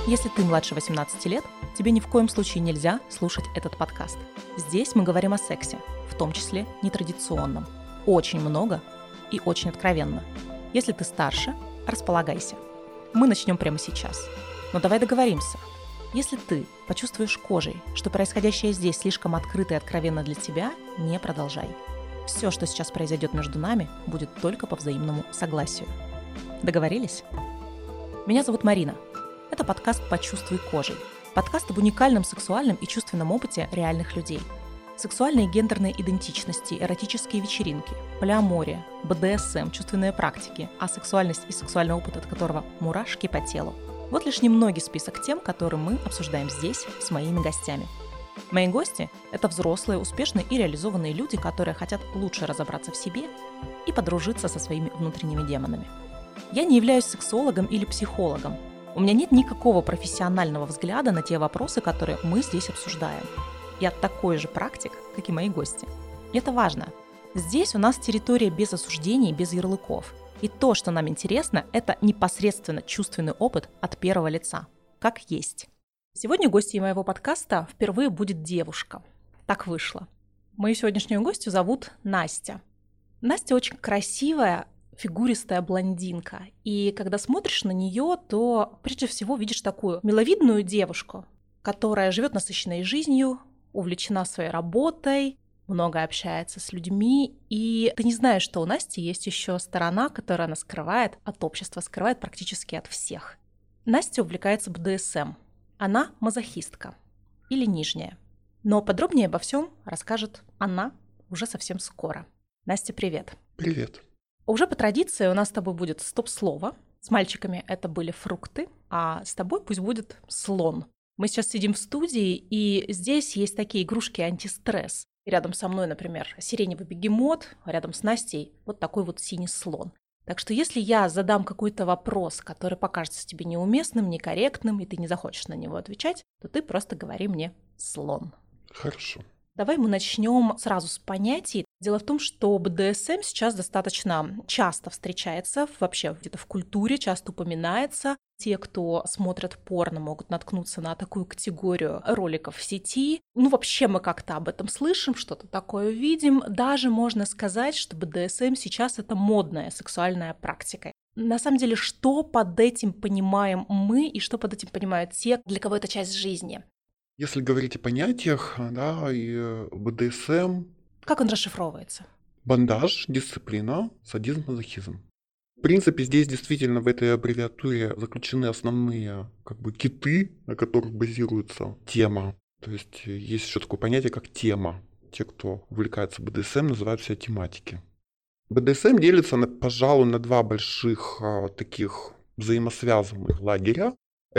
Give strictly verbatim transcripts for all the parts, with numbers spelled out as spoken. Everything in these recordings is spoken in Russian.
Если ты младше восемнадцати лет, тебе ни в коем случае нельзя слушать этот подкаст. Здесь мы говорим о сексе, в том числе нетрадиционном. Очень много и очень откровенно. Если ты старше, располагайся. Мы начнем прямо сейчас. Но давай договоримся. Если ты почувствуешь кожей, что происходящее здесь слишком открыто и откровенно для тебя, не продолжай. Все, что сейчас произойдет между нами, будет только по взаимному согласию. Договорились? Меня зовут Марина. Это подкаст «Почувствуй кожей». Подкаст об уникальном сексуальном и чувственном опыте реальных людей. Сексуальные и гендерные идентичности, эротические вечеринки, полиамория, бэ дэ эс эм, чувственные практики, а сексуальность и сексуальный опыт, от которого мурашки по телу. Вот лишь немногий список тем, которые мы обсуждаем здесь с моими гостями. Мои гости – это взрослые, успешные и реализованные люди, которые хотят лучше разобраться в себе и подружиться со своими внутренними демонами. Я не являюсь сексологом или психологом. У меня нет никакого профессионального взгляда на те вопросы, которые мы здесь обсуждаем. Я такой же практик, как и мои гости. И это важно. Здесь у нас территория без осуждений, без ярлыков. И то, что нам интересно, это непосредственно чувственный опыт от первого лица. Как есть. Сегодня гостьей моего подкаста впервые будет девушка. Так вышло. Мою сегодняшнюю гостью зовут Настя. Настя очень красивая, фигуристая блондинка. И когда смотришь на нее, то прежде всего видишь такую миловидную девушку, которая живет насыщенной жизнью, увлечена своей работой, много общается с людьми, и ты не знаешь, что у Насти есть еще сторона, которую она скрывает от общества, скрывает практически от всех. Настя увлекается бэ дэ эс эм. Она мазохистка или нижняя. Но подробнее обо всем расскажет она уже совсем скоро. Настя, привет. Привет. Уже по традиции у нас с тобой будет стоп-слово. С мальчиками это были фрукты, а с тобой пусть будет слон. Мы сейчас сидим в студии, и здесь есть такие игрушки антистресс. И рядом со мной, например, сиреневый бегемот, а рядом с Настей вот такой вот синий слон. Так что если я задам какой-то вопрос, который покажется тебе неуместным, некорректным, и ты не захочешь на него отвечать, то ты просто говори мне «слон». Хорошо. Давай мы начнем сразу с понятий. Дело в том, что бэ дэ эс эм сейчас достаточно часто встречается, вообще где-то в культуре часто упоминается. Те, кто смотрят порно, могут наткнуться на такую категорию роликов в сети. Ну, вообще мы как-то об этом слышим, что-то такое видим. Даже можно сказать, что бэ дэ эс эм сейчас это модная сексуальная практика. На самом деле, что под этим понимаем мы и что под этим понимают те, для кого это часть жизни? Если говорить о понятиях, да, и бэ дэ эс эм... Как он расшифровывается? Бандаж, дисциплина, садизм, мазохизм. В принципе, здесь действительно в этой аббревиатуре заключены основные как бы киты, на которых базируется тема. То есть есть еще такое понятие, как тема. Те, кто увлекается бэ дэ эс эм, называют себя тематики. бэ дэ эс эм делится, на, пожалуй, на два больших а, таких взаимосвязанных лагеря.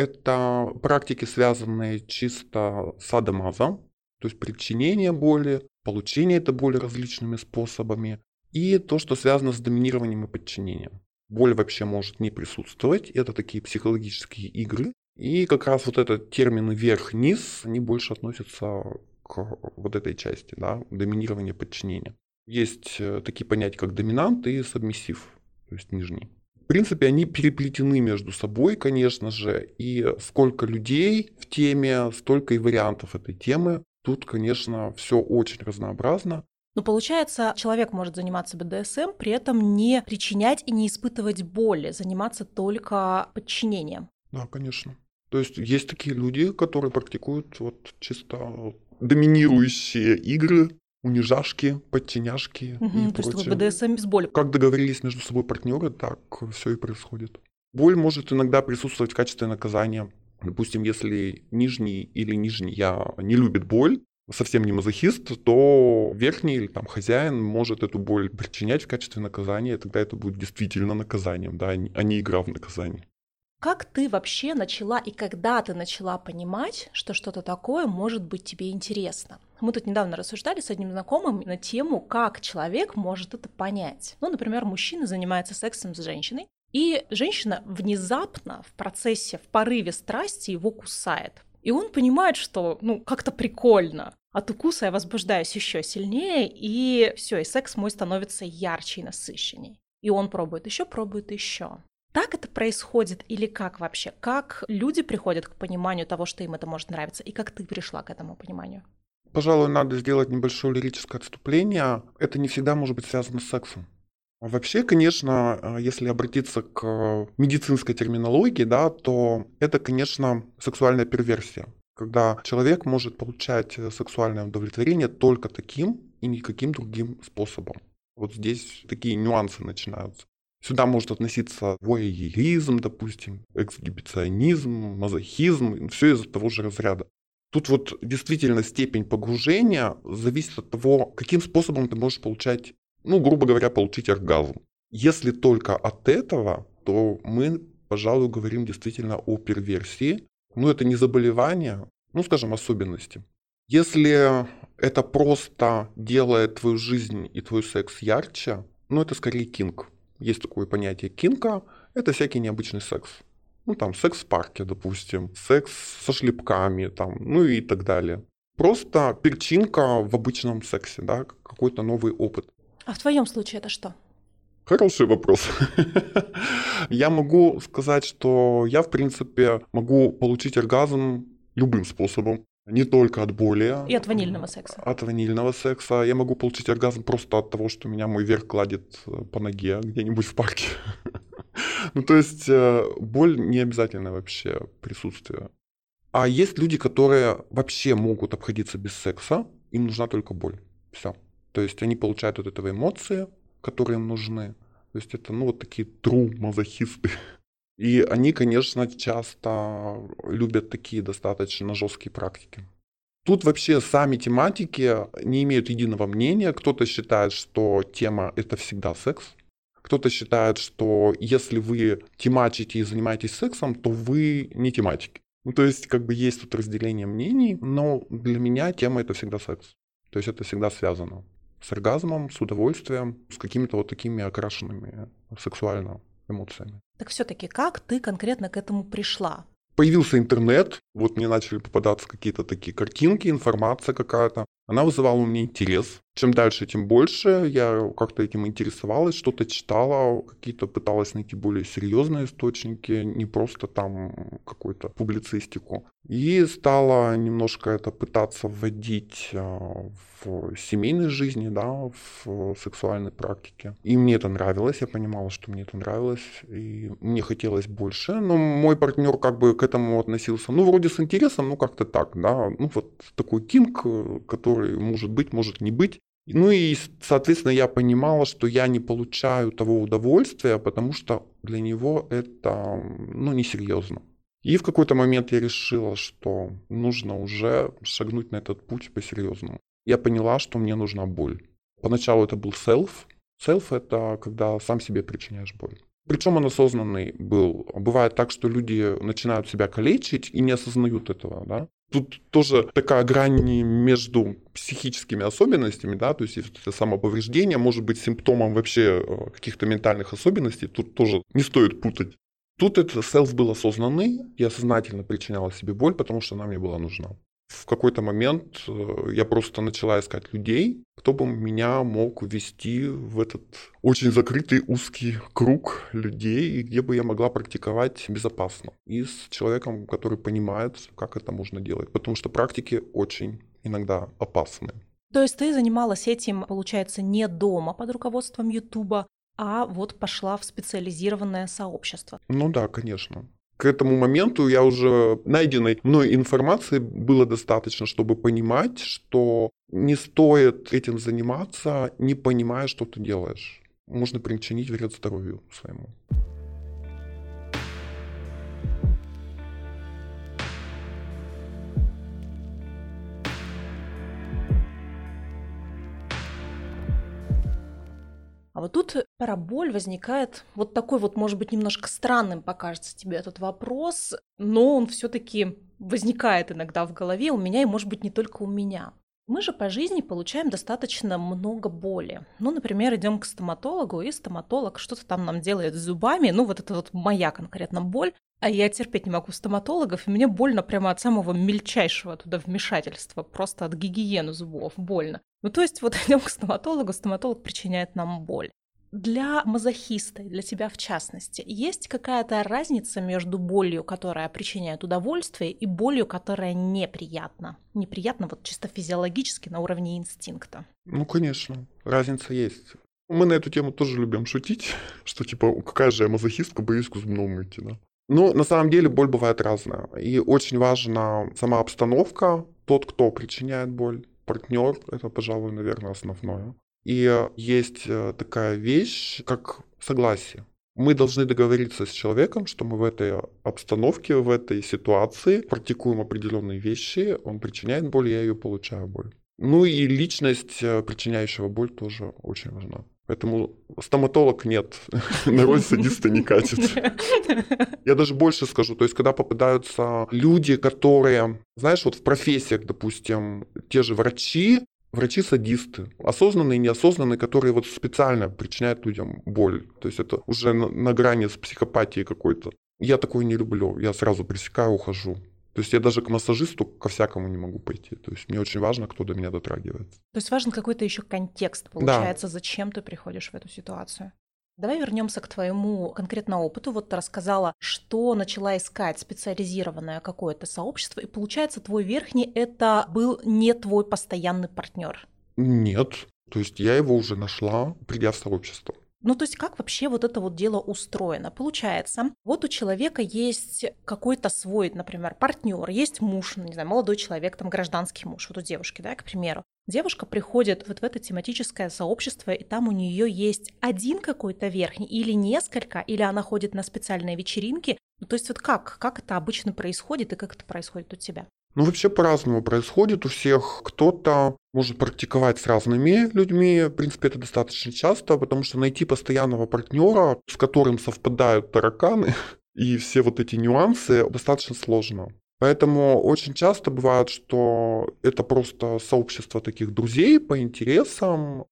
Это практики, связанные чисто с садомазо, то есть причинение боли, получение этой боли различными способами, и то, что связано с доминированием и подчинением. Боль вообще может не присутствовать, это такие психологические игры. И как раз вот этот термин вверх-вниз, они больше относятся к вот этой части, да, доминирование, подчинение. Есть такие понятия, как доминант и сабмиссив, то есть нижний. В принципе, они переплетены между собой, конечно же, и сколько людей в теме, столько и вариантов этой темы. Тут, конечно, все очень разнообразно. Но получается, человек может заниматься бэ дэ эс эм, при этом не причинять и не испытывать боли, заниматься только подчинением. Да, конечно. То есть есть такие люди, которые практикуют вот чисто доминирующие игры, унижашки, подчиняшки Угу, и то есть прочее. бэ дэ эс эм без боли. Как договорились между собой партнеры, так все и происходит. Боль может иногда присутствовать в качестве наказания. Допустим, если нижний или нижняя не любит боль, совсем не мазохист, то верхний или там хозяин может эту боль причинять в качестве наказания, и тогда это будет действительно наказанием, да, а не игра в наказание. Как ты вообще начала и когда ты начала понимать, что что-то такое может быть тебе интересно? Мы тут недавно рассуждали с одним знакомым на тему, как человек может это понять. Ну, например, мужчина занимается сексом с женщиной, и женщина внезапно в процессе, в порыве страсти его кусает. И он понимает, что, ну, как-то прикольно. От укуса я возбуждаюсь еще сильнее, и все, и секс мой становится ярче и насыщенней. И он пробует еще, пробует еще. Так это происходит или как вообще? Как люди приходят к пониманию того, что им это может нравиться, и как ты пришла к этому пониманию? Пожалуй, надо сделать небольшое лирическое отступление. Это не всегда может быть связано с сексом. Вообще, конечно, если обратиться к медицинской терминологии, да, то это, конечно, сексуальная перверсия, когда человек может получать сексуальное удовлетворение только таким и никаким другим способом. Вот здесь такие нюансы начинаются. Сюда может относиться вояеризм, допустим, эксгибиционизм, мазохизм, все из того же разряда. Тут вот действительно степень погружения зависит от того, каким способом ты можешь получать, ну, грубо говоря, получить оргазм. Если только от этого, то мы, пожалуй, говорим действительно о перверсии. Но это не заболевание, ну, скажем, особенности. Если это просто делает твою жизнь и твой секс ярче, ну, это скорее кинк. Есть такое понятие кинка, это всякий необычный секс. Ну, там, секс в парке, допустим, секс со шлепками, там, ну и так далее. Просто перчинка в обычном сексе, да, какой-то новый опыт. А в твоем случае это что? Хороший вопрос. Я могу сказать, что я, в принципе, могу получить оргазм любым способом. Не только от боли. И от ванильного секса. От ванильного секса. Я могу получить оргазм просто от того, что меня мой верх гладит по ноге где-нибудь в парке. Ну, то есть боль не обязательно вообще присутствие. А есть люди, которые вообще могут обходиться без секса, им нужна только боль. Все. То есть они получают от этого эмоции, которые им нужны. То есть это, ну, вот такие true мазохисты. И они, конечно, часто любят такие достаточно жесткие практики. Тут вообще сами тематики не имеют единого мнения. Кто-то считает, что тема — это всегда секс. Кто-то считает, что если вы темачите и занимаетесь сексом, то вы не тематики. Ну, то есть, как бы есть тут разделение мнений, но для меня тема — это всегда секс. То есть это всегда связано с оргазмом, с удовольствием, с какими-то вот такими окрашенными сексуально эмоциями. Так все-таки как ты конкретно к этому пришла? Появился интернет, вот мне начали попадаться какие-то такие картинки, информация какая-то. Она вызывала у меня интерес. Чем дальше, тем больше. Я как-то этим интересовалась, что-то читала, какие-то пыталась найти более серьезные источники, не просто там какую-то публицистику. И стала немножко это пытаться вводить в семейной жизни, да, в сексуальной практике. И мне это нравилось, я понимала, что мне это нравилось, и мне хотелось больше. Но мой партнер как бы к этому относился, ну, вроде с интересом, ну, как-то так, да. Ну, вот такой кинг, который может быть, может не быть. Ну и, соответственно, я понимала, что я не получаю того удовольствия, потому что для него это, ну, несерьезно. И в какой-то момент я решила, что нужно уже шагнуть на этот путь по-серьезному. Я поняла, что мне нужна боль. Поначалу это был self. Self — это когда сам себе причиняешь боль. Причем он осознанный был. Бывает так, что люди начинают себя калечить и не осознают этого, да. Тут тоже такая грань между психическими особенностями, да, то есть это самоповреждение может быть симптомом вообще каких-то ментальных особенностей, тут тоже не стоит путать. Тут этот селф был осознанный, я сознательно причиняла себе боль, потому что она мне была нужна. В какой-то момент я просто начала искать людей, кто бы меня мог ввести в этот очень закрытый узкий круг людей, где бы я могла практиковать безопасно. И с человеком, который понимает, как это можно делать. Потому что практики очень иногда опасны. То есть ты занималась этим, получается, не дома под руководством Ютуба, а вот пошла в специализированное сообщество? Ну да, конечно. К этому моменту я уже найденной мной информации было достаточно, чтобы понимать, что не стоит этим заниматься, не понимая, что ты делаешь. Можно причинить вред здоровью своему. А вот тут про боль возникает вот такой вот, может быть, немножко странным покажется тебе этот вопрос, но он все-таки возникает иногда в голове у меня и, может быть, не только у меня. Мы же по жизни получаем достаточно много боли. Ну, например, идем к стоматологу, и стоматолог что-то там нам делает с зубами. Ну, вот это вот моя конкретно боль. А я терпеть не могу стоматологов, и мне больно прямо от самого мельчайшего туда вмешательства, просто от гигиены зубов больно. Ну, то есть вот идем к стоматологу, стоматолог причиняет нам боль. Для мазохиста, и для тебя в частности, есть какая-то разница между болью, которая причиняет удовольствие, и болью, которая неприятна? Неприятно вот чисто физиологически на уровне инстинкта. Ну, конечно, разница есть. Мы на эту тему тоже любим шутить, что типа, какая же я мазохистка, боюсь к зубному идти, да. Но на самом деле боль бывает разная. И очень важна сама обстановка, тот, кто причиняет боль, партнер, это, пожалуй, наверное, основное. И есть такая вещь, как согласие. Мы должны договориться с человеком, что мы в этой обстановке, в этой ситуации практикуем определенные вещи, он причиняет боль, я ее получаю боль. Ну и личность причиняющего боль тоже очень важна. Поэтому стоматолог нет, на роль садиста не катит. Я даже больше скажу, то есть когда попадаются люди, которые, знаешь, вот в профессиях, допустим, те же врачи, врачи-садисты, осознанные и неосознанные, которые вот специально причиняют людям боль. То есть это уже на, на грани с психопатией какой-то. Я такое не люблю, я сразу пресекаю, ухожу. То есть я даже к массажисту ко всякому не могу пойти. То есть мне очень важно, кто до меня дотрагивается. То есть важен какой-то еще контекст, получается, да. Зачем ты приходишь в эту ситуацию. Давай вернемся к твоему конкретному опыту. Вот ты рассказала, что начала искать специализированное какое-то сообщество, и получается, твой верхний — это был не твой постоянный партнер. Нет. То есть я его уже нашла, придя в сообщество. Ну, то есть как вообще вот это вот дело устроено? Получается, вот у человека есть какой-то свой, например, партнер, есть муж, ну, не знаю, молодой человек, там, гражданский муж, вот у девушки, да, к примеру. Девушка приходит вот в это тематическое сообщество, и там у нее есть один какой-то верхний или несколько, или она ходит на специальные вечеринки. Ну, то есть вот как? Как это обычно происходит и как это происходит у тебя? Ну, вообще по-разному происходит у всех. Кто-то может практиковать с разными людьми. В принципе, это достаточно часто, потому что найти постоянного партнера, с которым совпадают тараканы и все вот эти нюансы, достаточно сложно. Поэтому очень часто бывает, что это просто сообщество таких друзей по интересам,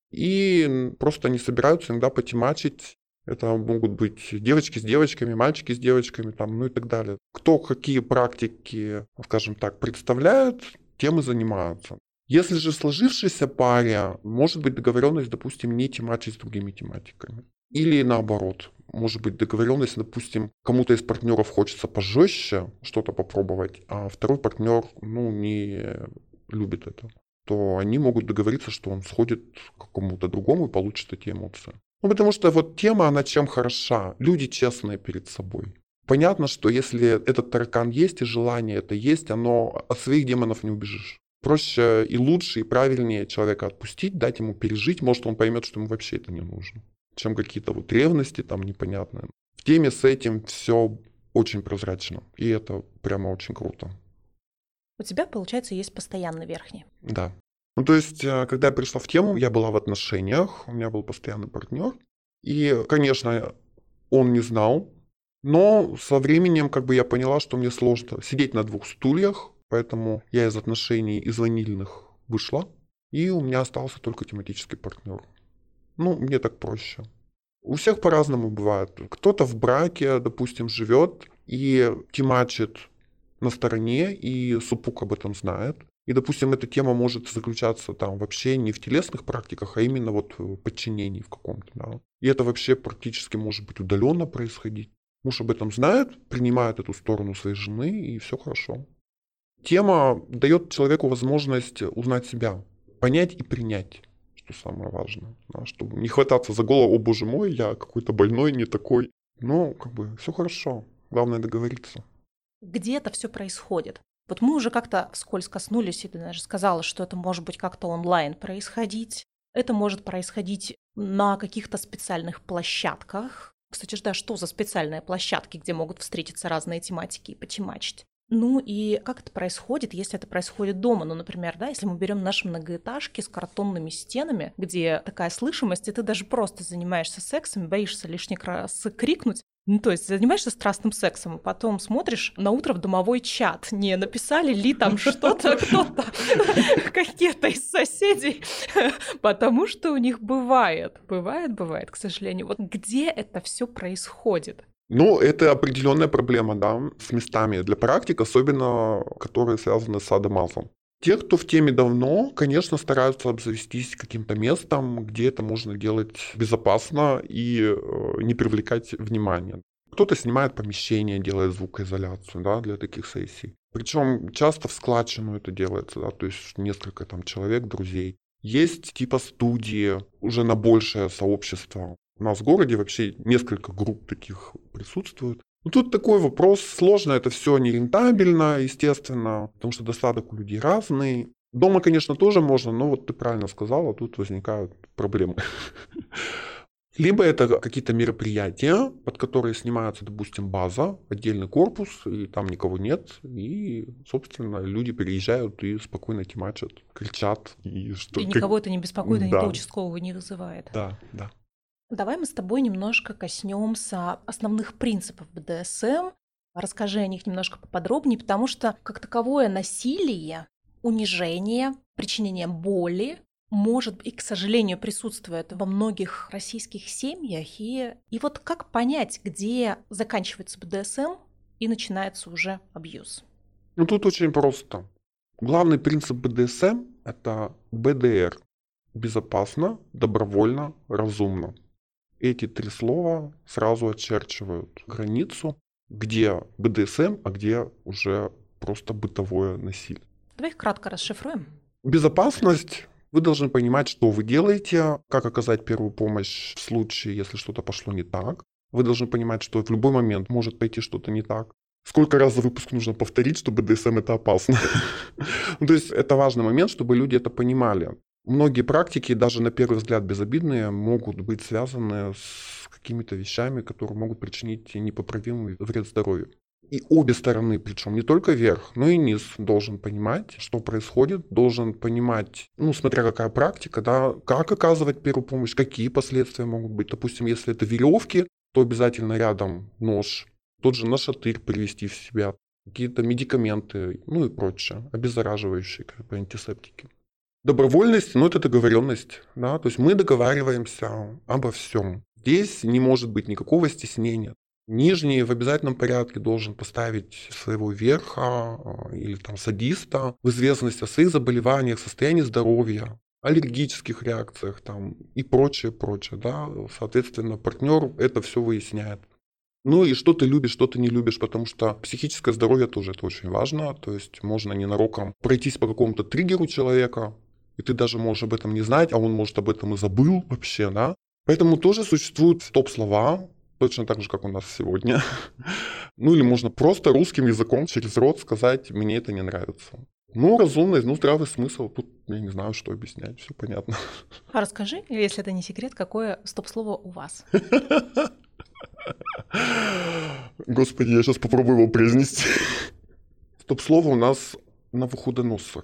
и просто они собираются иногда потемачить. Это могут быть девочки с девочками, мальчики с девочками, там, ну и так далее. Кто какие практики, скажем так, представляют, тем и занимаются. Если же в сложившейся паре может быть договоренность, допустим, не тематить с другими тематиками. Или наоборот, может быть договоренность, допустим, кому-то из партнеров хочется пожестче что-то попробовать, а второй партнер, ну, не любит это, то они могут договориться, что он сходит к какому-то другому и получит эти эмоции. Ну, потому что вот тема, она чем хороша? Люди честные перед собой. Понятно, что если этот таракан есть и желание это есть, оно от своих демонов не убежишь. Проще и лучше, и правильнее человека отпустить, дать ему пережить, может, он поймет, что ему вообще это не нужно, чем какие-то вот ревности там непонятные. В теме с этим все очень прозрачно, и это прямо очень круто. У тебя, получается, есть постоянный верхний. Да. Ну, то есть, когда я пришла в тему, я была в отношениях, у меня был постоянный партнер, и, конечно, он не знал, но со временем как бы я поняла, что мне сложно сидеть на двух стульях, поэтому я из отношений из ванильных вышла, и у меня остался только тематический партнер. Ну, мне так проще. У всех по-разному бывает. Кто-то в браке, допустим, живет и темачит на стороне, и супруг об этом знает. И, допустим, эта тема может заключаться там вообще не в телесных практиках, а именно вот в подчинении в каком-то. Да. И это вообще практически может быть удаленно происходить. Муж об этом знает, принимает эту сторону своей жены, и все хорошо. Тема дает человеку возможность узнать себя, понять и принять, что самое важное. Да, чтобы не хвататься за голову, о боже мой, я какой-то больной, не такой. Но как бы все хорошо, главное договориться. Где это все происходит? Вот мы уже как-то вскользь коснулись, и ты даже сказала, что это может быть как-то онлайн происходить. Это может происходить на каких-то специальных площадках. Кстати, да, что за специальные площадки, где могут встретиться разные тематики и потемачить? Ну и как это происходит, если это происходит дома? Ну, например, да, если мы берем наши многоэтажки с картонными стенами, где такая слышимость, и ты даже просто занимаешься сексом, боишься лишний раз крикнуть. Ну, то есть занимаешься страстным сексом, а потом смотришь на утро в домовой чат, не написали ли там что-то кто-то, какие-то из соседей, потому что у них бывает, бывает, бывает, к сожалению. Вот где это все происходит? Ну, это определенная проблема, да, с местами для практик, особенно которые связаны с садомазом. Те, кто в теме давно, конечно, стараются обзавестись каким-то местом, где это можно делать безопасно и э, не привлекать внимания. Кто-то снимает помещение, делает звукоизоляцию, да, для таких сессий. Причем часто в складчину это делается, да, то есть несколько там человек, друзей. Есть типа студии уже на большее сообщество. У нас в городе вообще несколько групп таких присутствует. Ну, тут такой вопрос, сложно это все, нерентабельно, естественно, потому что достаток у людей разный. Дома, конечно, тоже можно, но вот ты правильно сказала, тут возникают проблемы. Либо это какие-то мероприятия, под которые снимается, допустим, база, отдельный корпус, и там никого нет, и, собственно, люди переезжают и спокойно темачат, кричат. И, что, и как... никого это не беспокоит, да. никто участкового не вызывает. Да, да. Давай мы с тобой немножко коснемся основных принципов бэ дэ эс эм. Расскажи о них немножко поподробнее, потому что как таковое насилие, унижение, причинение боли может и, к сожалению, присутствует во многих российских семьях. И, и вот как понять, где заканчивается бэ дэ эс эм и начинается уже абьюз? Ну тут очень просто. Главный принцип бэ дэ эс эм – это бэ дэ эр – безопасно, добровольно, разумно. Эти три слова сразу очерчивают границу, где бэ дэ эс эм, а где уже просто бытовое насилие. Давай их кратко расшифруем. Безопасность. Вы должны понимать, что вы делаете, как оказать первую помощь в случае, если что-то пошло не так. Вы должны понимать, что в любой момент может пойти что-то не так. Сколько раз за выпуск нужно повторить, что бэ дэ эс эм это опасно. То есть это важный момент, чтобы люди это понимали. Многие практики, даже на первый взгляд безобидные, могут быть связаны с какими-то вещами, которые могут причинить непоправимый вред здоровью. И обе стороны, причем не только верх, но и низ, должен понимать, что происходит, должен понимать, ну, смотря какая практика, да, как оказывать первую помощь, какие последствия могут быть. Допустим, если это веревки, то обязательно рядом нож, тот же нашатырь привести в себя, какие-то медикаменты, ну и прочее, обеззараживающие, как бы антисептики. Добровольность, ну это договоренность, да, то есть мы договариваемся обо всем. Здесь не может быть никакого стеснения. Нижний в обязательном порядке должен поставить своего верха или там садиста в известность о своих заболеваниях, состоянии здоровья, аллергических реакциях там и прочее, прочее, да. Соответственно, партнер это все выясняет. Ну и что ты любишь, что ты не любишь, потому что психическое здоровье тоже это очень важно. То есть можно ненароком пройтись по какому-то триггеру человека, и ты даже можешь об этом не знать, а он может об этом и забыл вообще, да. Поэтому тоже существуют стоп-слова, точно так же, как у нас сегодня. Ну или можно просто русским языком через рот сказать «мне это не нравится». Ну, разумность, ну, здравый смысл. Тут я не знаю, что объяснять, все понятно. А расскажи, если это не секрет, какое стоп-слово у вас? Господи, я сейчас попробую его произнести. Стоп-слово у нас Навуходоносор.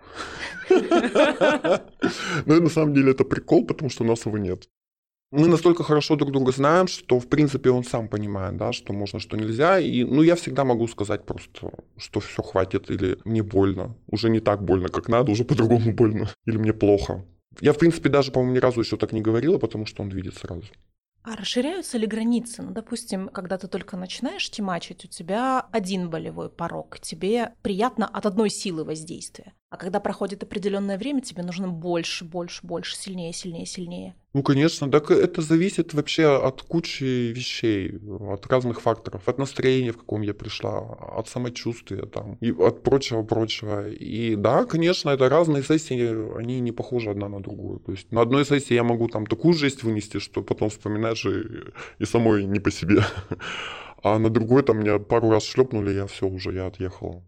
Но на самом деле это прикол, потому что у нас его нет. Мы настолько хорошо друг друга знаем, что в принципе он сам понимает, да, что можно, что нельзя. И ну, я всегда могу сказать просто, что все хватит, или мне больно. Уже не так больно, как надо, уже по-другому больно. Или мне плохо. Я, в принципе, даже, по-моему, ни разу еще так не говорила, потому что он видит сразу. А расширяются ли границы? Ну, допустим, когда ты только начинаешь темачить, у тебя один болевой порог, тебе приятно от одной силы воздействия. А когда проходит определенное время, тебе нужно больше, больше, больше, сильнее, сильнее, сильнее. Ну, конечно, так это зависит вообще от кучи вещей, от разных факторов, от настроения, в каком я пришла, от самочувствия там, и от прочего-прочего. И да, конечно, это разные сессии, они не похожи одна на другую. То есть на одной сессии я могу там такую жесть вынести, что потом вспоминаешь и, и самой не по себе. А на другой там меня пару раз шлепнули, я все уже, я отъехал.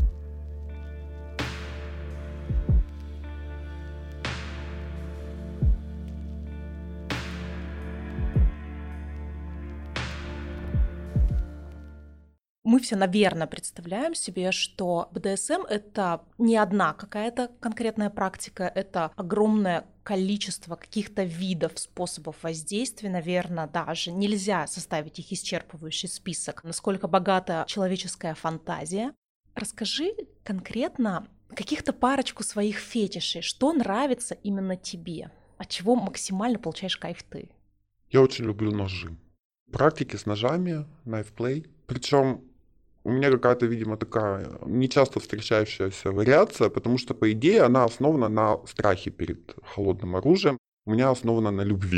Мы все, наверное, представляем себе, что бэ дэ эс эм — это не одна какая-то конкретная практика, это огромное количество каких-то видов, способов воздействия, наверное, даже нельзя составить их исчерпывающий список, насколько богата человеческая фантазия. Расскажи конкретно каких-то парочку своих фетишей, что нравится именно тебе, от чего максимально получаешь кайф ты. Я очень люблю ножи. Практики с ножами, knife play. Причем у меня какая-то, видимо, такая нечасто встречающаяся вариация, потому что, по идее, она основана на страхе перед холодным оружием. У меня основана на любви.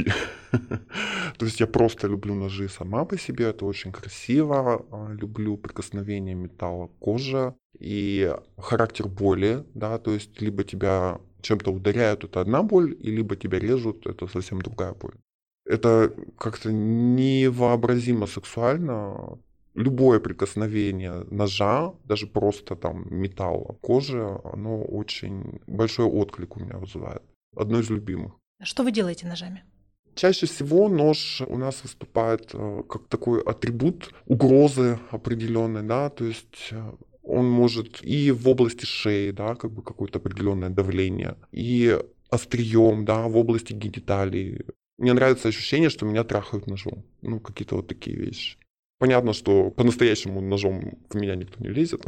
То есть я просто люблю ножи сама по себе, это очень красиво. Люблю прикосновение металла к коже и характер боли, да, то есть либо тебя чем-то ударяют, это одна боль, и либо тебя режут, это совсем другая боль. Это как-то невообразимо сексуально. Любое прикосновение ножа, даже просто там металла кожи, оно очень большой отклик у меня вызывает. Одно из любимых. Что вы делаете ножами? Чаще всего нож у нас выступает как такой атрибут угрозы определенной, да, то есть он может и в области шеи, да, как бы какое-то определенное давление, и острием, да, в области гениталий. Мне нравится ощущение, что меня трахают ножом. Ну, какие-то вот такие вещи. Понятно, что по-настоящему ножом в меня никто не лезет,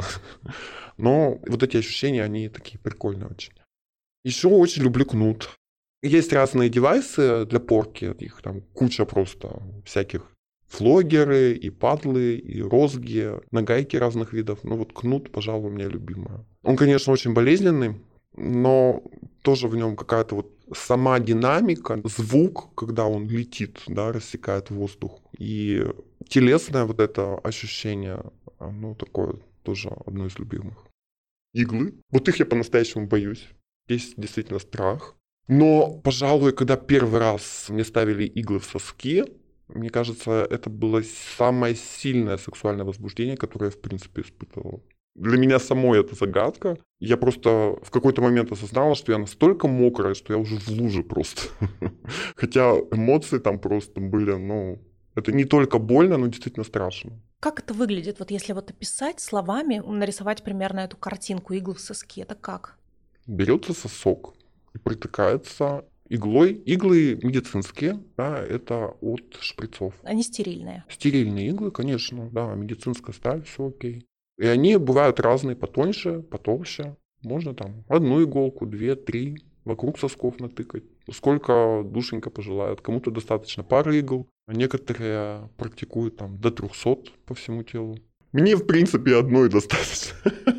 но вот эти ощущения, они такие прикольные очень. Еще очень люблю кнут. Есть разные девайсы для порки, их там куча просто всяких. Флогеры, и падлы, и розги, нагайки разных видов. Ну вот кнут, пожалуй, у меня любимая. Он, конечно, очень болезненный, но тоже в нем какая-то вот сама динамика, звук, когда он летит, да, рассекает воздух. И телесное вот это ощущение, оно такое тоже одно из любимых. Иглы. Вот их я по-настоящему боюсь. Есть действительно страх. Но, пожалуй, когда первый раз мне ставили иглы в соски, мне кажется, это было самое сильное сексуальное возбуждение, которое я, в принципе, испытывал. Для меня самой это загадка. Я просто в какой-то момент осознала, что я настолько мокрая, что я уже в луже просто. Хотя эмоции там просто были, ну, это не только больно, но действительно страшно. Как это выглядит, вот если вот описать словами, нарисовать примерно эту картинку иглы в соске, это как? Берется сосок и притыкается иглой. Иглы медицинские, да, это от шприцов. Они стерильные. Стерильные иглы, конечно, да, медицинская сталь, все окей. И они бывают разные, потоньше, потолще. Можно там одну иголку, две, три, вокруг сосков натыкать. Сколько душенька пожелает. Кому-то достаточно пары игл, а некоторые практикуют там до трехсот по всему телу. Мне, в принципе, одной достаточно.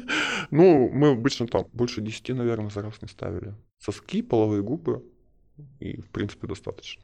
Ну, мы обычно там больше десяти, наверное, за раз не ставили. Соски, половые губы. И, в принципе, достаточно.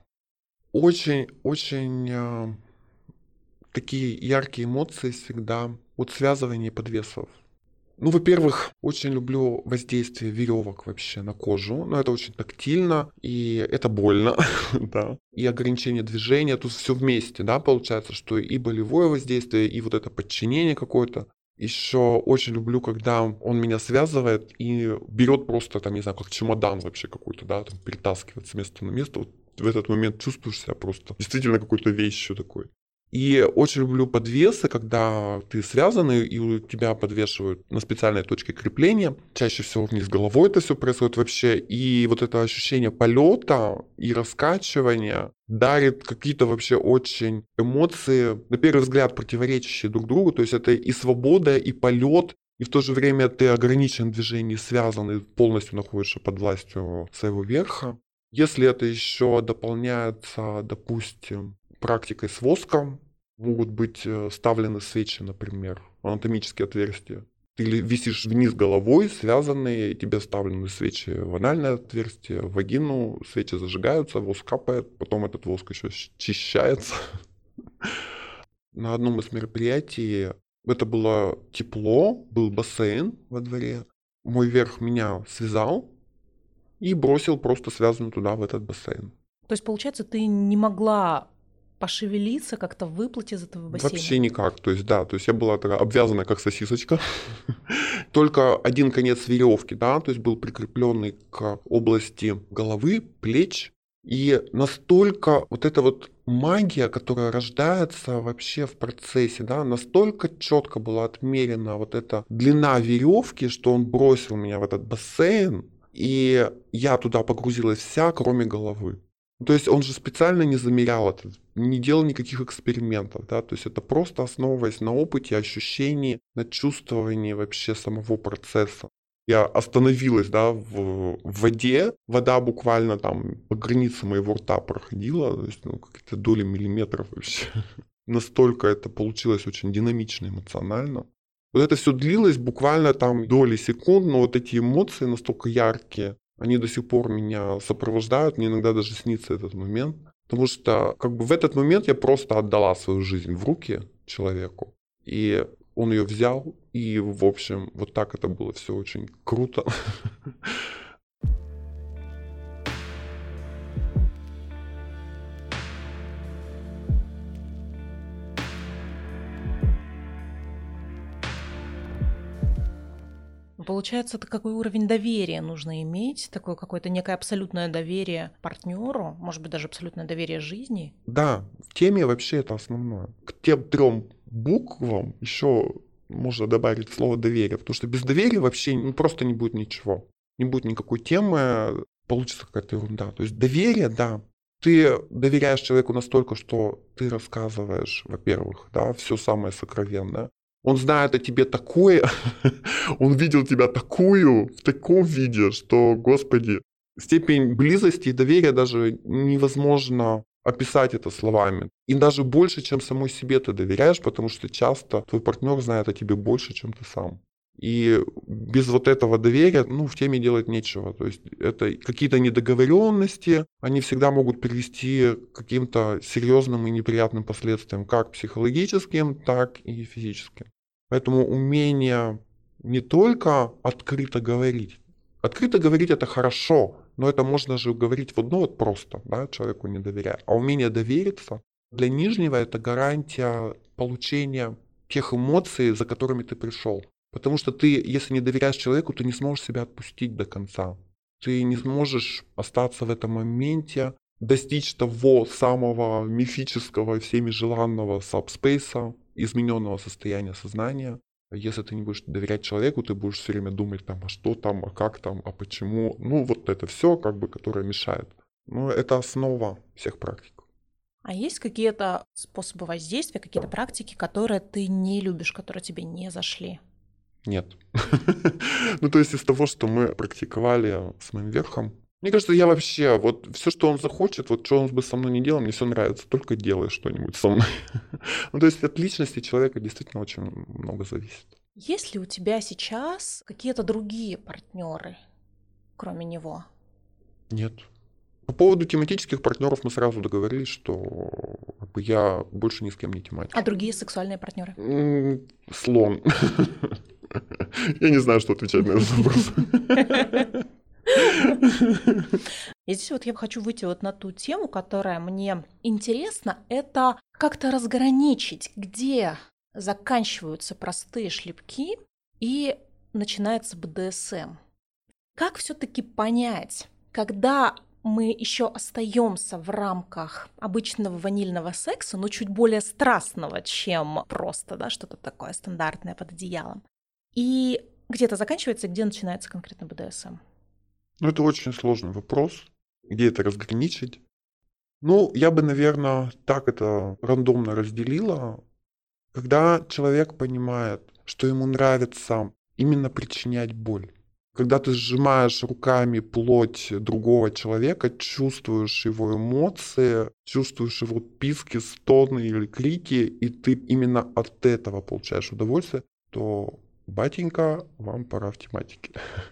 Очень-очень э, такие яркие эмоции всегда от связывания и подвесов. Ну, во-первых, очень люблю воздействие веревок вообще на кожу. Но это очень тактильно, и это больно, да. И ограничение движения, тут все вместе, да, получается, что и болевое воздействие, и вот это подчинение какое-то. Еще очень люблю, когда он меня связывает и берет просто, там, не знаю, как чемодан вообще какой-то, да, там, перетаскивает с места на место. Вот в этот момент чувствуешь себя просто действительно какой-то вещью такой. И очень люблю подвесы, когда ты связанный, и у тебя подвешивают на специальной точке крепления. Чаще всего вниз головой это все происходит вообще. И вот это ощущение полета и раскачивания дарит какие-то вообще очень эмоции, на первый взгляд, противоречащие друг другу. То есть это и свобода, и полет, и в то же время ты ограничен в движении, связанный, полностью находишься под властью своего верха. Если это еще дополняется, допустим, практикой с воском, могут быть ставлены свечи, например, анатомические отверстия. Ты висишь вниз головой, связанные, тебе ставлены свечи в анальное отверстие, в вагину, свечи зажигаются, воск капает, потом этот воск еще очищается. На одном из мероприятий, это было тепло, был бассейн во дворе, мой верх меня связал и бросил просто связанную туда, в этот бассейн. То есть, получается, ты не могла пошевелиться, как-то выплыть из этого бассейна? Вообще никак. То есть, да, то есть я была такая обвязана, как сосисочка. Только один конец веревки, да, то есть был прикрепленный к области головы, плеч. И настолько вот эта вот магия, которая рождается вообще в процессе, да, настолько четко была отмерена вот эта длина веревки, что он бросил меня в этот бассейн, и я туда погрузилась вся, кроме головы. То есть он же специально не замерял это, не делал никаких экспериментов, да, то есть это просто основываясь на опыте, ощущении, на чувствовании вообще самого процесса. Я остановилась, да, в, в воде, вода буквально там по границе моего рта проходила, то есть, ну, какие-то доли миллиметров вообще. Настолько это получилось очень динамично, эмоционально. Вот это все длилось буквально там доли секунд, но вот эти эмоции настолько яркие, они до сих пор меня сопровождают, мне иногда даже снится этот момент. Потому что как бы в этот момент я просто отдала свою жизнь в руки человеку. И он ее взял, и, в общем, вот так это было все очень круто. Получается, это какой уровень доверия нужно иметь, такое какое-то некое абсолютное доверие партнеру, может быть, даже абсолютное доверие жизни. Да, в теме вообще это основное. К тем трем буквам еще можно добавить слово доверие, потому что без доверия вообще ну, просто не будет ничего. Не будет никакой темы, получится какая-то ерунда. То есть доверие, да. Ты доверяешь человеку настолько, что ты рассказываешь, во-первых, да, все самое сокровенное. Он знает о тебе такое, он видел тебя такую, в таком виде, что, господи, степень близости и доверия даже невозможно описать это словами. И даже больше, чем самой себе ты доверяешь, потому что часто твой партнер знает о тебе больше, чем ты сам. И без вот этого доверия, ну, в теме делать нечего. То есть это какие-то недоговоренности, они всегда могут привести к каким-то серьезным и неприятным последствиям, как психологическим, так и физическим. Поэтому умение не только открыто говорить. Открыто говорить это хорошо, но это можно же говорить вот, ну вот просто, да, человеку не доверяя. А умение довериться для нижнего это гарантия получения тех эмоций, за которыми ты пришел. Потому что ты, если не доверяешь человеку, ты не сможешь себя отпустить до конца. Ты не сможешь остаться в этом моменте, достичь того самого мифического, всеми желанного сабспейса, измененного состояния сознания. Если ты не будешь доверять человеку, ты будешь все время думать там, а что там, а как там, а почему. Ну, вот это все, как бы, которое мешает. Ну, это основа всех практик. А есть какие-то способы воздействия, какие-то практики, которые ты не любишь, которые тебе не зашли? Нет. Ну, то есть из того, что мы практиковали с моим верхом, мне кажется, я вообще, вот все, что он захочет, вот что он бы со мной не делал, мне все нравится, только делай что-нибудь со мной. Ну, то есть от личности человека действительно очень много зависит. Есть ли у тебя сейчас какие-то другие партнеры, кроме него? Нет. По поводу тематических партнеров мы сразу договорились, что как бы, я больше ни с кем не тематик. А другие сексуальные партнеры? М, Слон. Я не знаю, что отвечать на этот вопрос. И здесь вот я хочу выйти вот на ту тему, которая мне интересна, это как-то разграничить, где заканчиваются простые шлепки и начинается бэ дэ эс эм. Как все-таки понять, когда мы еще остаемся в рамках обычного ванильного секса, но чуть более страстного, чем просто, да, что-то такое стандартное под одеялом, и где-то заканчивается, где начинается конкретно бэ дэ эс эм? Ну, это очень сложный вопрос, где это разграничить. Ну, я бы, наверное, так это рандомно разделила. Когда человек понимает, что ему нравится именно причинять боль. Когда ты сжимаешь руками плоть другого человека, чувствуешь его эмоции, чувствуешь его писки, стоны или крики, и ты именно от этого получаешь удовольствие, то, батенька, вам пора в тематике.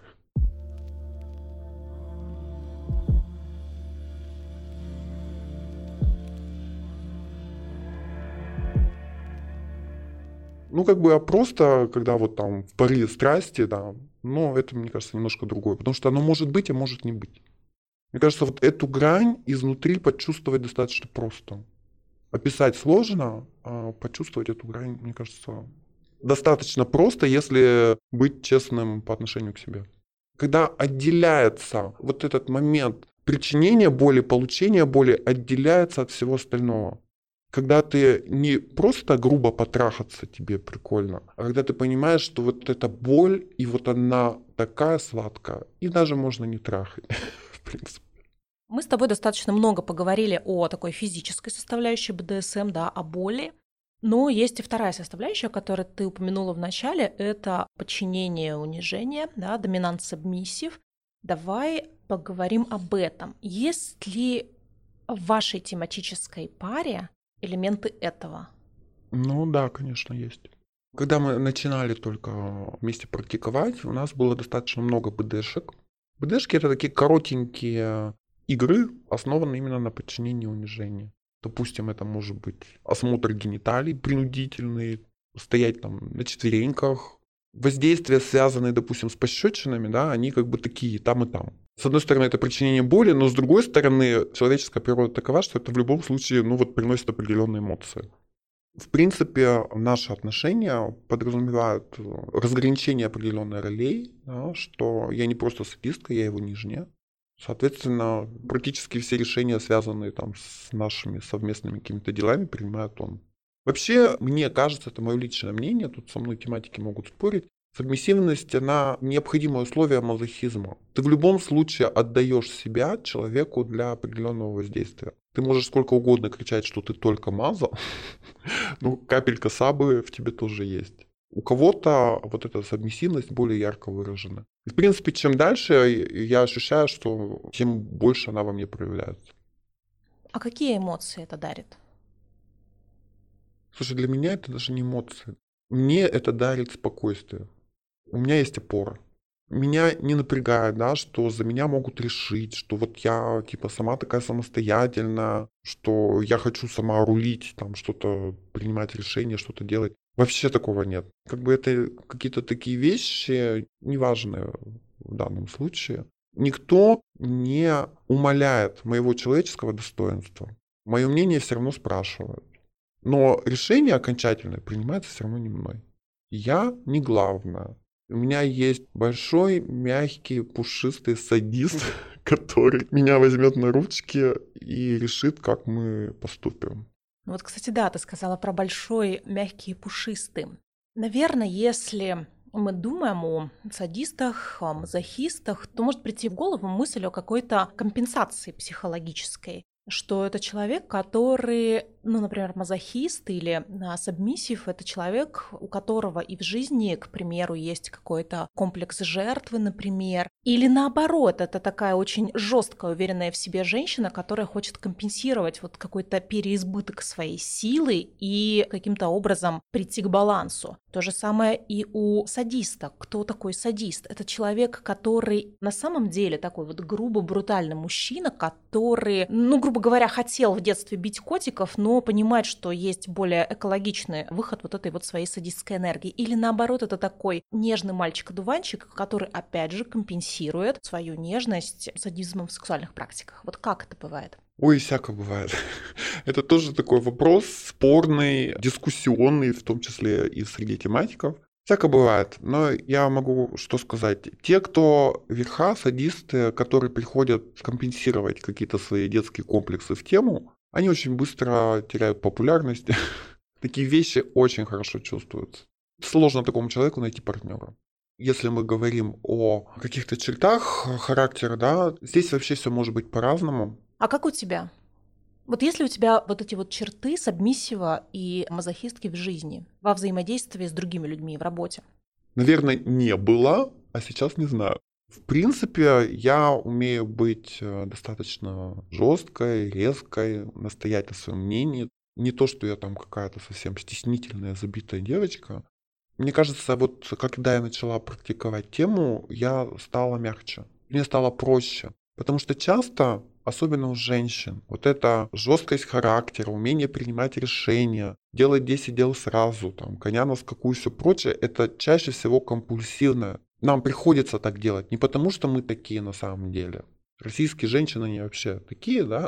Ну, как бы, а просто, когда вот там в порыве страсти, да, но это, мне кажется, немножко другое. Потому что оно может быть, а может не быть. Мне кажется, вот эту грань изнутри почувствовать достаточно просто. Описать сложно, а почувствовать эту грань, мне кажется, достаточно просто, если быть честным по отношению к себе. Когда отделяется вот этот момент причинения боли, получения боли, отделяется от всего остального. Когда ты не просто грубо потрахаться тебе прикольно, а когда ты понимаешь, что вот эта боль, и вот она такая сладкая, и даже можно не трахать, в принципе. Мы с тобой достаточно много поговорили о такой физической составляющей бэ дэ эс эм, да, о боли. Но есть и вторая составляющая, которую ты упомянула в начале, это подчинение, унижение, да, доминант-сабмиссив. Давай поговорим об этом. Есть ли в вашей тематической паре элементы этого? Ну да, конечно, есть. Когда мы начинали только вместе практиковать, у нас было достаточно много БДшек. БДшки — это такие коротенькие игры, основанные именно на подчинении и унижении. Допустим, это может быть осмотр гениталий принудительный, стоять там на четвереньках. Воздействия, связанные, допустим, с пощечинами, да, они как бы такие, там и там. С одной стороны, это причинение боли, но с другой стороны, человеческая природа такова, что это в любом случае, ну вот, приносит определенные эмоции. В принципе, наши отношения подразумевают разграничение определенной ролей, да, что я не просто садистка, я его нижняя. Соответственно, практически все решения, связанные там с нашими совместными какими-то делами, принимает он. Вообще, мне кажется, это мое личное мнение, тут со мной тематики могут спорить, сабмиссивность, она необходимое условие мазохизма. Ты в любом случае отдаешь себя человеку для определенного воздействия. Ты можешь сколько угодно кричать, что ты только маза, но капелька сабы в тебе тоже есть. У кого-то вот эта сабмиссивность более ярко выражена. И, в принципе, чем дальше, я ощущаю, что тем больше она во мне проявляется. А какие эмоции это дарит? Слушай, для меня это даже не эмоции. Мне это дарит спокойствие. У меня есть опора. Меня не напрягает, да, что за меня могут решить, что вот я типа сама такая самостоятельная, что я хочу сама рулить, там что-то принимать решения, что-то делать. Вообще такого нет. Как бы это какие-то такие вещи, неважные в данном случае. Никто не умаляет моего человеческого достоинства. Мое мнение все равно спрашивают. Но решение окончательное принимается все равно не мной. Я не главное. У меня есть большой, мягкий, пушистый садист, который меня возьмет на ручки и решит, как мы поступим. Ну вот, кстати, да, ты сказала про большой, мягкий и пушистый. Наверное, если мы думаем о садистах, о мазохистах, то может прийти в голову мысль о какой-то компенсации психологической, что это человек, который, ну, например, мазохист или а, сабмиссив, это человек, у которого и в жизни, к примеру, есть какой-то комплекс жертвы, например, или наоборот, это такая очень жесткая, уверенная в себе женщина, которая хочет компенсировать вот какой-то переизбыток своей силы и каким-то образом прийти к балансу. То же самое и у садиста. Кто такой садист? Это человек, который на самом деле такой вот грубо брутальный мужчина, который, ну, грубо говоря, хотел в детстве бить котиков, но понимает, что есть более экологичный выход вот этой вот своей садистской энергии. Или наоборот, это такой нежный мальчик-одуванчик, который, опять же, компенсирует свою нежность садизмом в сексуальных практиках. Вот как это бывает? Ой, всяко бывает. Это тоже такой вопрос спорный, дискуссионный, в том числе и среди тематиков. Всяко бывает, но я могу что сказать. Те, кто верха, садисты, которые приходят компенсировать какие-то свои детские комплексы в тему, они очень быстро теряют популярность. Такие вещи очень хорошо чувствуются. Сложно такому человеку найти партнера. Если мы говорим о каких-то чертах характера, да, здесь вообще все может быть по-разному. А как у тебя? Вот есть ли у тебя вот эти вот черты сабмиссива и мазохистки в жизни, во взаимодействии с другими людьми в работе? Наверное, не было, а сейчас не знаю. В принципе, я умею быть достаточно жесткой, резкой, настоять на своем мнении. Не то, что я там какая-то совсем стеснительная, забитая девочка. Мне кажется, вот когда я начала практиковать тему, я стала мягче. Мне стало проще. Потому что часто, особенно у женщин, вот эта жесткость характера, умение принимать решения, делать десять дел сразу, там, коня на скаку и все прочее, это чаще всего компульсивное. Нам приходится так делать, не потому что мы такие на самом деле. Российские женщины, они вообще такие, да,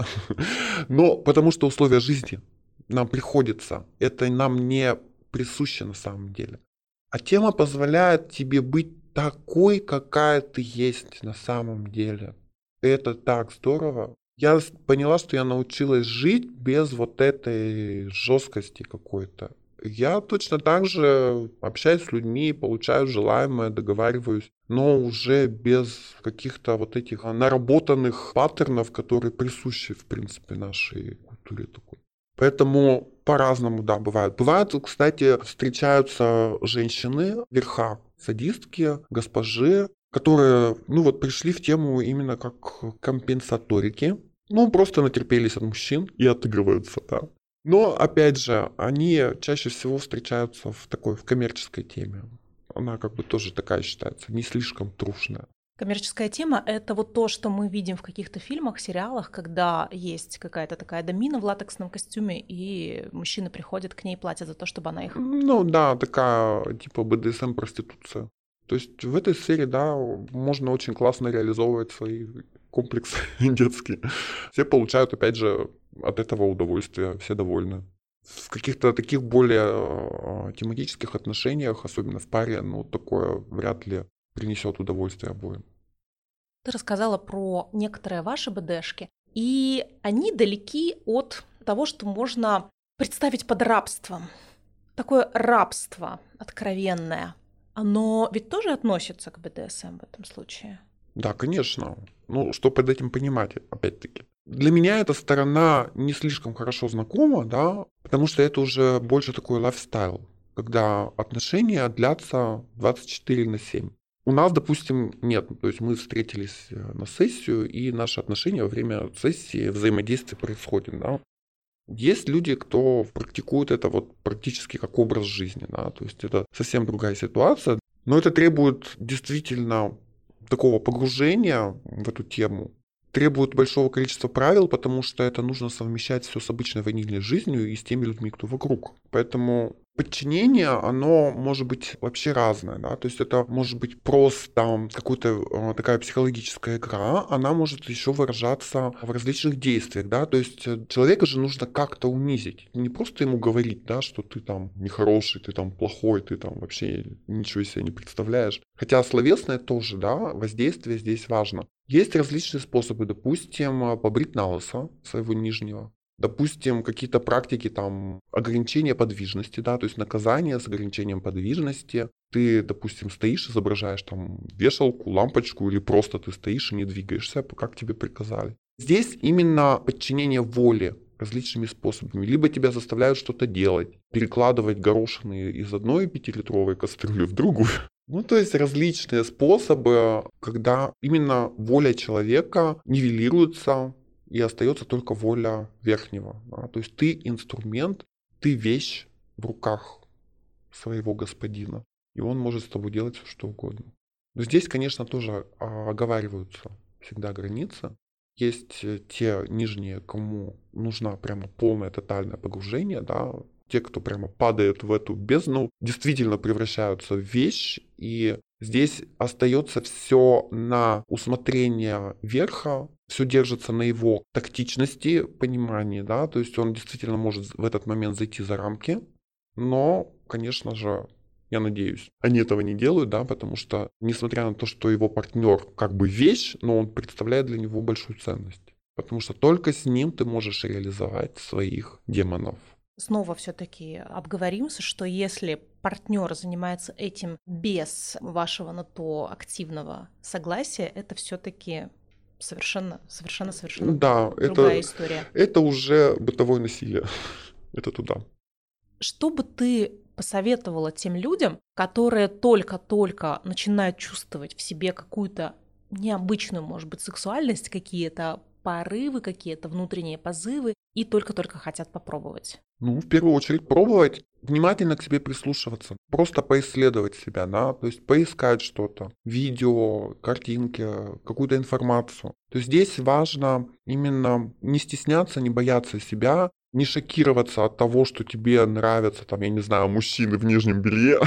но потому что условия жизни нам приходится. Это нам не присуще на самом деле. А тема позволяет тебе быть такой, какая ты есть на самом деле. Это так здорово. Я поняла, что я научилась жить без вот этой жесткости какой-то. Я точно так же общаюсь с людьми, получаю желаемое, договариваюсь, но уже без каких-то вот этих наработанных паттернов, которые присущи, в принципе, нашей культуре такой. Поэтому по-разному, да, бывает. Бывают, кстати, встречаются женщины, верха, садистки, госпожи, которые, ну вот, пришли в тему именно как компенсаторики. Ну, просто натерпелись от мужчин и отыгрываются, да. Но, опять же, они чаще всего встречаются в такой, в коммерческой теме. Она как бы тоже такая считается, не слишком трушная. Коммерческая тема — это вот то, что мы видим в каких-то фильмах, сериалах, когда есть какая-то такая домина в латексном костюме, и мужчины приходят к ней, платят за то, чтобы она их... Ну да, такая типа бэ дэ эс эм-проституция. То есть в этой сфере, да, можно очень классно реализовывать свои комплексы детские. Все получают, опять же, от этого удовольствие, все довольны. В каких-то таких более тематических отношениях, особенно в паре, ну, такое вряд ли принесет удовольствие обоим. Ты рассказала про некоторые ваши бэ дэ-шки, и они далеки от того, что можно представить под рабством. Такое рабство откровенное, оно ведь тоже относится к бэ дэ эс эм в этом случае? Да, конечно. Ну, что под этим понимать, опять-таки. Для меня эта сторона не слишком хорошо знакома, да, потому что это уже больше такой лайфстайл, когда отношения длятся двадцать четыре на семь. У нас, допустим, нет. То есть мы встретились на сессию, и наши отношения во время сессии, взаимодействия происходит, да. Есть люди, кто практикует это вот практически как образ жизни, да, то есть это совсем другая ситуация, но это требует действительно такого погружения в эту тему, требует большого количества правил, потому что это нужно совмещать все с обычной ванильной жизнью и с теми людьми, кто вокруг. Поэтому подчинение, оно может быть вообще разное, да, то есть это может быть просто какая-то э, такая психологическая игра, она может еще выражаться в различных действиях, да, то есть э, человека же нужно как-то унизить, не просто ему говорить, да, что ты там нехороший, ты там плохой, ты там вообще ничего из себя не представляешь, хотя словесное тоже, да, воздействие здесь важно. Есть различные способы, допустим, побрить на лысо своего нижнего. Допустим, какие-то практики там ограничения подвижности, да, то есть наказание с ограничением подвижности. Ты, допустим, стоишь, изображаешь там вешалку, лампочку, или просто ты стоишь и не двигаешься, как тебе приказали. Здесь именно подчинение воле различными способами. Либо тебя заставляют что-то делать, перекладывать горошины из одной пятилитровой кастрюли в другую. Ну, то есть различные способы, когда именно воля человека нивелируется, и остается только воля верхнего. Да? То есть ты инструмент, ты вещь в руках своего господина. И он может с тобой делать все, что угодно. Но здесь, конечно, тоже оговариваются всегда границы. Есть те нижние, кому нужна прямо полное тотальное погружение, да, те, кто прямо падает в эту бездну, действительно превращаются в вещь, и здесь остается все на усмотрение верха, все держится на его тактичности, понимании, да, то есть он действительно может в этот момент зайти за рамки, но, конечно же, я надеюсь, они этого не делают, да, потому что, несмотря на то, что его партнер как бы вещь, но он представляет для него большую ценность, потому что только с ним ты можешь реализовать своих демонов. Снова все-таки обговоримся, что если партнер занимается этим без вашего на то активного согласия, это все-таки совершенно, совершенно, совершенно да, другая это, история. Это уже бытовое насилие. Это туда. Что бы ты посоветовала тем людям, которые только-только начинают чувствовать в себе какую-то необычную, может быть, сексуальность, какие-то порывы, какие-то внутренние позывы, и только-только хотят попробовать? Ну, в первую очередь пробовать, внимательно к себе прислушиваться, просто поисследовать себя, да, то есть поискать что-то, видео, картинки, какую-то информацию. То есть здесь важно именно не стесняться, не бояться себя, не шокироваться от того, что тебе нравятся, там, я не знаю, мужчины в нижнем белье.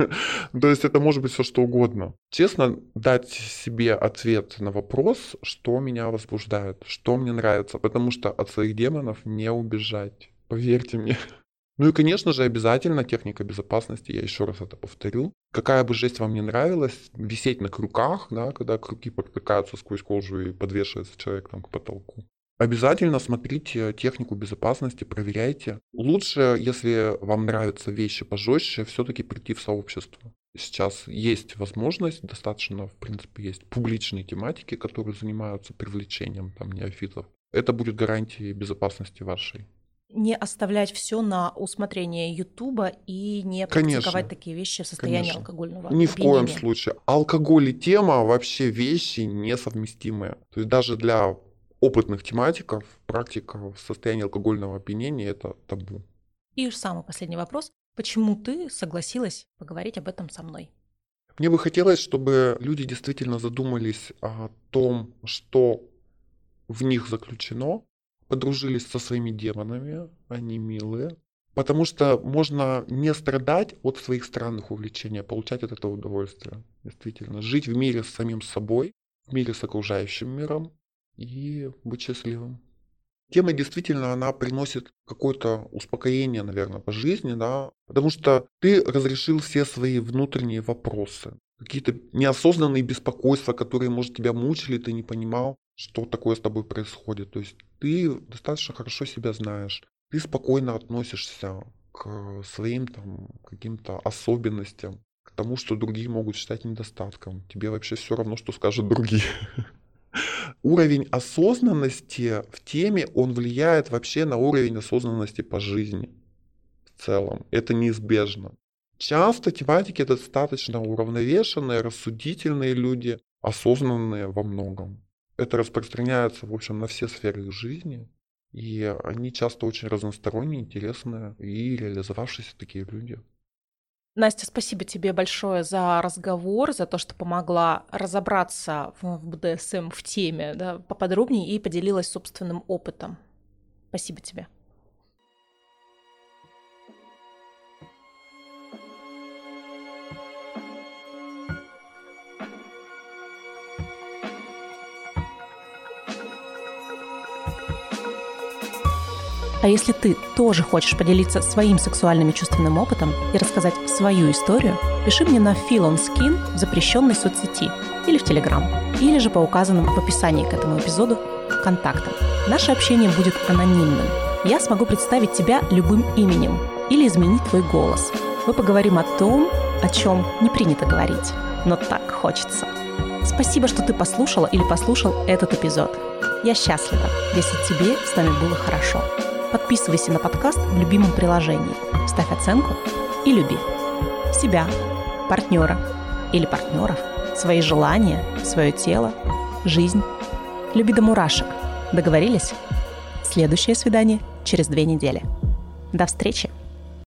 То есть это может быть все что угодно. Честно дать себе ответ на вопрос, что меня возбуждает, что мне нравится, потому что от своих демонов не убежать. Поверьте мне. Ну и, конечно же, обязательно техника безопасности, я еще раз это повторю. Какая бы жесть вам не нравилась, висеть на крюках, да, когда крюки протыкаются сквозь кожу и подвешивается человек там к потолку. Обязательно смотрите технику безопасности, проверяйте. Лучше, если вам нравятся вещи пожестче, все-таки прийти в сообщество. Сейчас есть возможность, достаточно, в принципе, есть публичные тематики, которые занимаются привлечением там неофитов. Это будет гарантией безопасности вашей. Не оставлять все на усмотрение Ютуба и не Конечно, практиковать такие вещи в состоянии конечно. алкогольного Ни в опьянения. коем случае. Алкоголь и тема вообще вещи несовместимые. То есть даже для опытных тематиков практика в состоянии алкогольного опьянения – это табу. И уж самый последний вопрос. Почему ты согласилась поговорить об этом со мной? Мне бы хотелось, чтобы люди действительно задумались о том, что в них заключено, подружились со своими демонами, они милые. Потому что можно не страдать от своих странных увлечений, а получать от этого удовольствие. Действительно, жить в мире с самим собой, в мире с окружающим миром и быть счастливым. Тема действительно, она приносит какое-то успокоение, наверное, по жизни, да, потому что ты разрешил все свои внутренние вопросы, какие-то неосознанные беспокойства, которые, может, тебя мучили, ты не понимал, что такое с тобой происходит. То есть ты достаточно хорошо себя знаешь, ты спокойно относишься к своим там каким-то особенностям, к тому, что другие могут считать недостатком. Тебе вообще все равно, что скажут другие. Уровень осознанности в теме, он влияет вообще на уровень осознанности по жизни в целом. Это неизбежно. Часто тематики достаточно уравновешенные, рассудительные люди, осознанные во многом. Это распространяется, в общем, на все сферы их жизни. И они часто очень разносторонние, интересные и реализовавшиеся такие люди. Настя, спасибо тебе большое за разговор, за то, что помогла разобраться в бэ дэ эс эм в теме, да, поподробнее и поделилась собственным опытом. Спасибо тебе. А если ты тоже хочешь поделиться своим сексуальным и чувственным опытом и рассказать свою историю, пиши мне на Feel on Skin в запрещенной соцсети или в Telegram, или же по указанным в описании к этому эпизоду контактам. Наше общение будет анонимным. Я смогу представить тебя любым именем или изменить твой голос. Мы поговорим о том, о чем не принято говорить, но так хочется. Спасибо, что ты послушала или послушал этот эпизод. Я счастлива, если тебе с нами было хорошо. Подписывайся на подкаст в любимом приложении, ставь оценку и люби себя, партнера или партнеров, свои желания, свое тело, жизнь. Люби до мурашек. Договорились? Следующее свидание через две недели. До встречи!